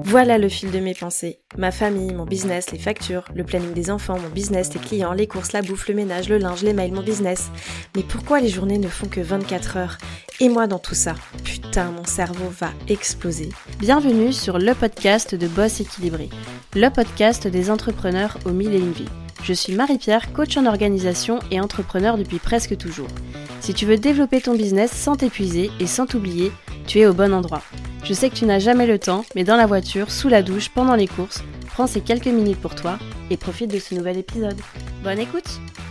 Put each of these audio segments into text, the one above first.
Voilà le fil de mes pensées. Ma famille, mon business, les factures, le planning des enfants, mon business, les clients, les courses, la bouffe, le ménage, le linge, les mails, mon business. Mais pourquoi les journées ne font que 24 heures ? Et moi dans tout ça ? Putain, mon cerveau va exploser. Bienvenue sur le podcast de Boss Équilibré, le podcast des entrepreneurs aux mille et une vies. Je suis Marie-Pierre, coach en organisation et entrepreneur depuis presque toujours. Si tu veux développer ton business sans t'épuiser et sans t'oublier, tu es au bon endroit. Je sais que tu n'as jamais le temps, mais dans la voiture, sous la douche, pendant les courses, prends ces quelques minutes pour toi et profite de ce nouvel épisode. Bonne écoute!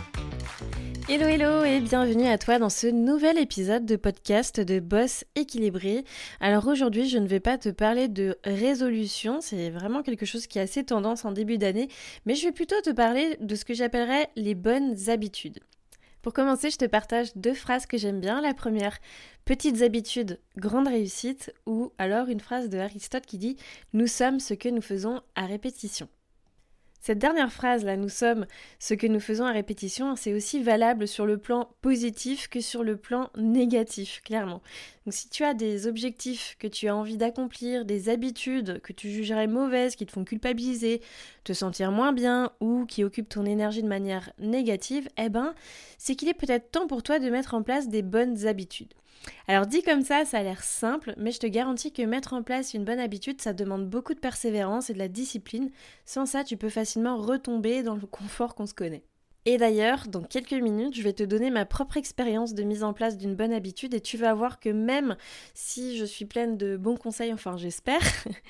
Hello et bienvenue à toi dans ce nouvel épisode de podcast de Boss Équilibré. Alors aujourd'hui, je ne vais pas te parler de résolution, c'est vraiment quelque chose qui a assez tendance en début d'année, mais je vais plutôt te parler de ce que j'appellerais les bonnes habitudes. Pour commencer, je te partage 2 phrases que j'aime bien. La première, petites habitudes, grande réussite, ou alors une phrase de Aristote qui dit « Nous sommes ce que nous faisons à répétition ». Cette dernière phrase-là, nous sommes ce que nous faisons à répétition, c'est aussi valable sur le plan positif que sur le plan négatif, clairement. Donc si tu as des objectifs que tu as envie d'accomplir, des habitudes que tu jugerais mauvaises, qui te font culpabiliser, te sentir moins bien ou qui occupent ton énergie de manière négative, c'est qu'il est peut-être temps pour toi de mettre en place des bonnes habitudes. Alors dit comme ça a l'air simple, mais je te garantis que mettre en place une bonne habitude, ça demande beaucoup de persévérance et de la discipline. Sans ça, tu peux facilement retomber dans le confort qu'on se connaît. Et d'ailleurs, dans quelques minutes, je vais te donner ma propre expérience de mise en place d'une bonne habitude et tu vas voir que même si je suis pleine de bons conseils, enfin j'espère,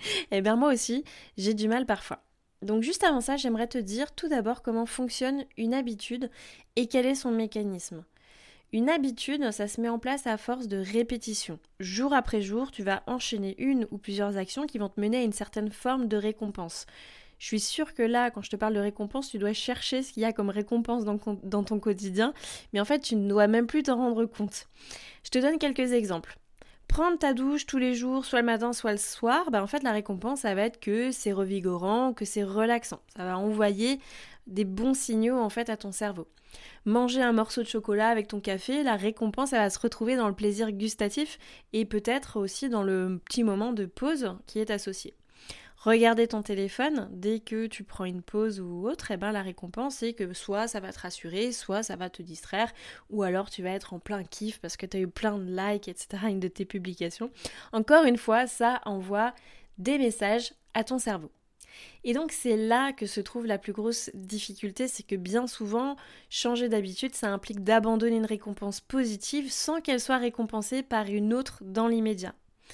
moi aussi, j'ai du mal parfois. Donc juste avant ça, j'aimerais te dire tout d'abord comment fonctionne une habitude et quel est son mécanisme. Une habitude, ça se met en place à force de répétition. Jour après jour, tu vas enchaîner une ou plusieurs actions qui vont te mener à une certaine forme de récompense. Je suis sûre que là, quand je te parle de récompense, tu dois chercher ce qu'il y a comme récompense dans ton quotidien, mais en fait, tu ne dois même plus t'en rendre compte. Je te donne quelques exemples. Prendre ta douche tous les jours, soit le matin, soit le soir, en fait, la récompense, ça va être que c'est revigorant, que c'est relaxant. Ça va envoyer des bons signaux, en fait, à ton cerveau. Manger un morceau de chocolat avec ton café, la récompense, elle va se retrouver dans le plaisir gustatif et peut-être aussi dans le petit moment de pause qui est associé. Regarder ton téléphone, dès que tu prends une pause ou autre, la récompense, c'est que soit ça va te rassurer, soit ça va te distraire, ou alors tu vas être en plein kiff parce que tu as eu plein de likes, etc., une de tes publications. Encore une fois, ça envoie des messages à ton cerveau. Et donc c'est là que se trouve la plus grosse difficulté, c'est que bien souvent, changer d'habitude, ça implique d'abandonner une récompense positive sans qu'elle soit récompensée par une autre dans l'immédiat.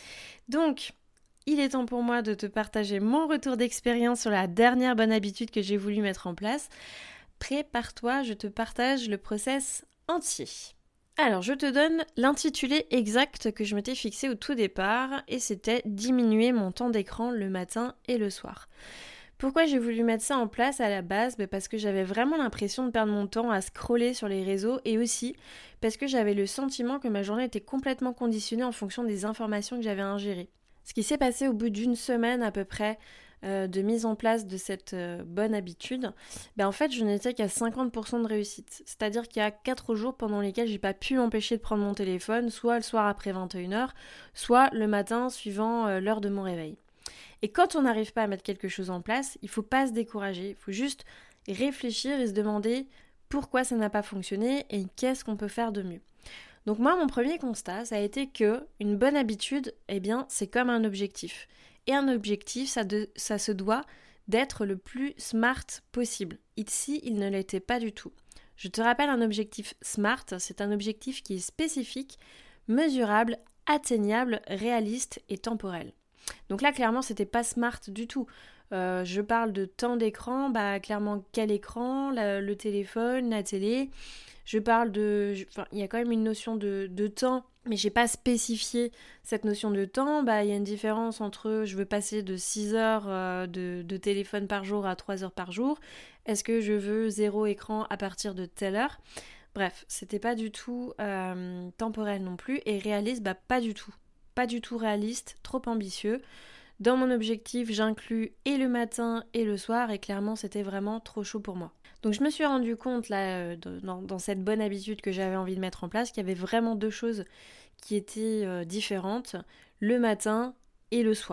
Donc, il est temps pour moi de te partager mon retour d'expérience sur la dernière bonne habitude que j'ai voulu mettre en place. Prépare-toi, je te partage le process entier. Alors, je te donne l'intitulé exact que je m'étais fixé au tout départ et c'était « Diminuer mon temps d'écran le matin et le soir ». Pourquoi j'ai voulu mettre ça en place à la base ? Parce que j'avais vraiment l'impression de perdre mon temps à scroller sur les réseaux et aussi parce que j'avais le sentiment que ma journée était complètement conditionnée en fonction des informations que j'avais ingérées. Ce qui s'est passé au bout d'une semaine à peu près de mise en place de cette bonne habitude, en fait je n'étais qu'à 50% de réussite. C'est-à-dire qu'il y a 4 jours pendant lesquels j'ai pas pu m'empêcher de prendre mon téléphone, soit le soir après 21h, soit le matin suivant l'heure de mon réveil. Et quand on n'arrive pas à mettre quelque chose en place, il faut pas se décourager, il faut juste réfléchir et se demander pourquoi ça n'a pas fonctionné et qu'est-ce qu'on peut faire de mieux. Donc moi, mon premier constat, ça a été que une bonne habitude, c'est comme un objectif. Et un objectif, ça se doit d'être le plus smart possible. Ici, il ne l'était pas du tout. Je te rappelle, un objectif SMART, c'est un objectif qui est spécifique, mesurable, atteignable, réaliste et temporel. Donc là, clairement, c'était pas SMART du tout. Je parle de temps d'écran, clairement, quel écran, le téléphone, la télé. Je parle il y a quand même une notion de temps, mais j'ai pas spécifié cette notion de temps. Il y a une différence entre je veux passer de 6 heures de téléphone par jour à 3 heures par jour. Est-ce que je veux 0 écran à partir de telle heure ? Bref, c'était pas du tout temporel non plus et réaliste, pas du tout. Pas du tout réaliste, trop ambitieux. Dans mon objectif, j'inclus et le matin et le soir et clairement, c'était vraiment trop chaud pour moi. Donc je me suis rendu compte là, dans cette bonne habitude que j'avais envie de mettre en place, qu'il y avait vraiment 2 choses qui étaient différentes, le matin et le soir.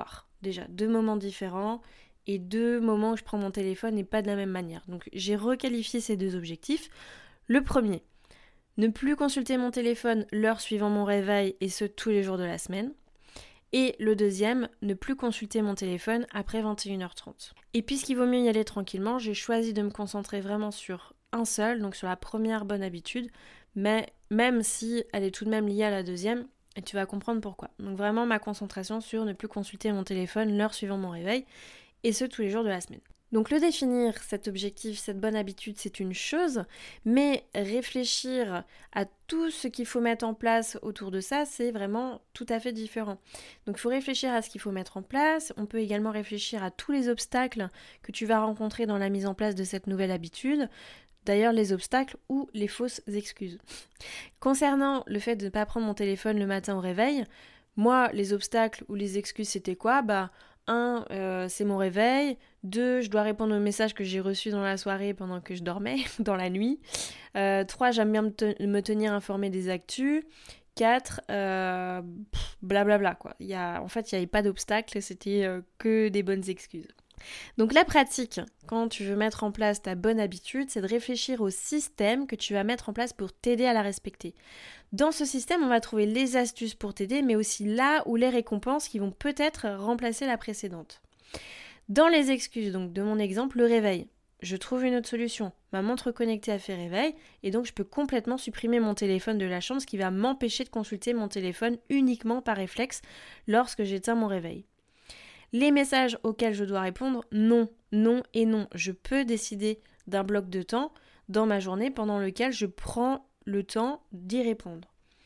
déjà, 2 moments différents et 2 moments où je prends mon téléphone et pas de la même manière. Donc j'ai requalifié ces 2 objectifs. Le premier, ne plus consulter mon téléphone l'heure suivant mon réveil et ce tous les jours de la semaine. Et le deuxième, ne plus consulter mon téléphone après 21h30. Et puisqu'il vaut mieux y aller tranquillement, j'ai choisi de me concentrer vraiment sur un seul, donc sur la première bonne habitude, mais même si elle est tout de même liée à la deuxième, et tu vas comprendre pourquoi. Donc vraiment ma concentration sur ne plus consulter mon téléphone l'heure suivant mon réveil, et ce tous les jours de la semaine. Donc le définir, cet objectif, cette bonne habitude, c'est une chose, mais réfléchir à tout ce qu'il faut mettre en place autour de ça, c'est vraiment tout à fait différent. Donc il faut réfléchir à ce qu'il faut mettre en place, on peut également réfléchir à tous les obstacles que tu vas rencontrer dans la mise en place de cette nouvelle habitude, d'ailleurs les obstacles ou les fausses excuses. Concernant le fait de ne pas prendre mon téléphone le matin au réveil, moi les obstacles ou les excuses c'était quoi ? 1, c'est mon réveil. 2, je dois répondre aux messages que j'ai reçus dans la soirée pendant que je dormais, dans la nuit. 3, j'aime bien me tenir informée des actus. 4, blablabla quoi. En fait, il n'y avait pas d'obstacle, c'était que des bonnes excuses. Donc la pratique, quand tu veux mettre en place ta bonne habitude, c'est de réfléchir au système que tu vas mettre en place pour t'aider à la respecter. Dans ce système, on va trouver les astuces pour t'aider, mais aussi là où les récompenses qui vont peut-être remplacer la précédente. Dans les excuses, donc de mon exemple, le réveil. Je trouve une autre solution. Ma montre connectée a fait réveil, et donc je peux complètement supprimer mon téléphone de la chambre, ce qui va m'empêcher de consulter mon téléphone uniquement par réflexe lorsque j'éteins mon réveil. Les messages auxquels je dois répondre, non, non et non. Je peux décider d'un bloc de temps dans ma journée pendant lequel je prends le temps d'y répondre.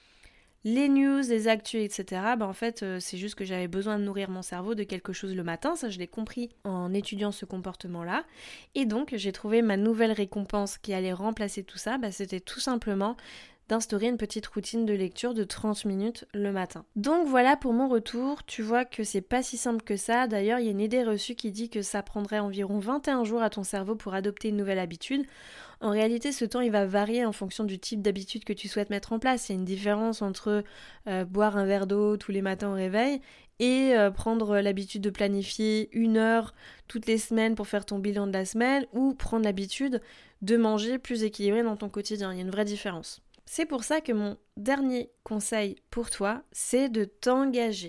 Les news, les actus, etc., en fait, c'est juste que j'avais besoin de nourrir mon cerveau de quelque chose le matin. Ça, je l'ai compris en étudiant ce comportement-là. Et donc, j'ai trouvé ma nouvelle récompense qui allait remplacer tout ça. C'était tout simplement d'instaurer une petite routine de lecture de 30 minutes le matin. Donc voilà pour mon retour, tu vois que c'est pas si simple que ça. D'ailleurs, il y a une idée reçue qui dit que ça prendrait environ 21 jours à ton cerveau pour adopter une nouvelle habitude. En réalité, ce temps, il va varier en fonction du type d'habitude que tu souhaites mettre en place. Il y a une différence entre boire un verre d'eau tous les matins au réveil et prendre l'habitude de planifier 1 heure toutes les semaines pour faire ton bilan de la semaine ou prendre l'habitude de manger plus équilibré dans ton quotidien. Il y a une vraie différence. C'est pour ça que mon dernier conseil pour toi, c'est de t'engager.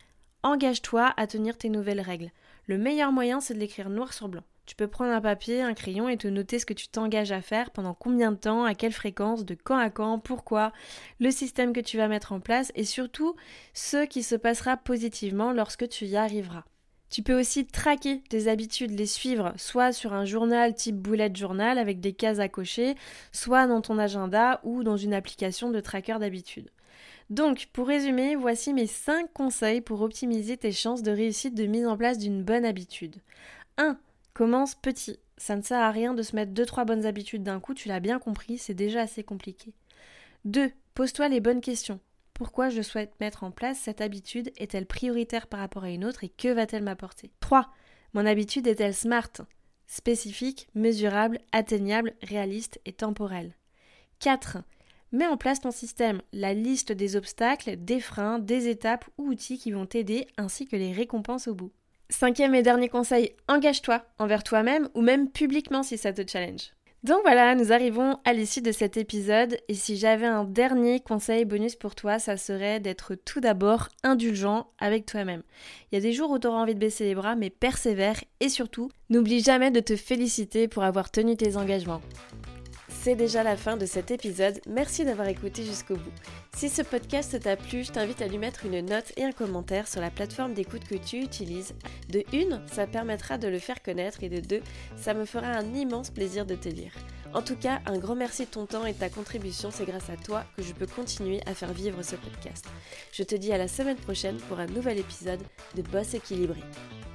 Engage-toi à tenir tes nouvelles règles. Le meilleur moyen, c'est de l'écrire noir sur blanc. Tu peux prendre un papier, un crayon et te noter ce que tu t'engages à faire, pendant combien de temps, à quelle fréquence, de quand à quand, pourquoi, le système que tu vas mettre en place et surtout ce qui se passera positivement lorsque tu y arriveras. Tu peux aussi traquer tes habitudes, les suivre, soit sur un journal type bullet journal avec des cases à cocher, soit dans ton agenda ou dans une application de tracker d'habitude. Donc, pour résumer, voici mes 5 conseils pour optimiser tes chances de réussite de mise en place d'une bonne habitude. 1. Commence petit. Ça ne sert à rien de se mettre 2-3 bonnes habitudes d'un coup, tu l'as bien compris, c'est déjà assez compliqué. 2. Pose-toi les bonnes questions. Pourquoi je souhaite mettre en place cette habitude? Est-elle prioritaire par rapport à une autre et que va-t-elle m'apporter? 3. Mon habitude est-elle smart? Spécifique, mesurable, atteignable, réaliste et temporelle. 4. Mets en place ton système, la liste des obstacles, des freins, des étapes ou outils qui vont t'aider ainsi que les récompenses au bout. 5e et dernier conseil, engage-toi envers toi-même ou même publiquement si ça te challenge. Donc voilà, nous arrivons à l'issue de cet épisode et si j'avais un dernier conseil bonus pour toi, ça serait d'être tout d'abord indulgent avec toi-même. Il y a des jours où tu auras envie de baisser les bras, mais persévère et surtout, n'oublie jamais de te féliciter pour avoir tenu tes engagements. C'est déjà la fin de cet épisode, merci d'avoir écouté jusqu'au bout. Si ce podcast t'a plu, je t'invite à lui mettre une note et un commentaire sur la plateforme d'écoute que tu utilises. De 1, ça permettra de le faire connaître et de 2, ça me fera un immense plaisir de te lire. En tout cas, un grand merci de ton temps et de ta contribution, c'est grâce à toi que je peux continuer à faire vivre ce podcast. Je te dis à la semaine prochaine pour un nouvel épisode de Boss équilibré.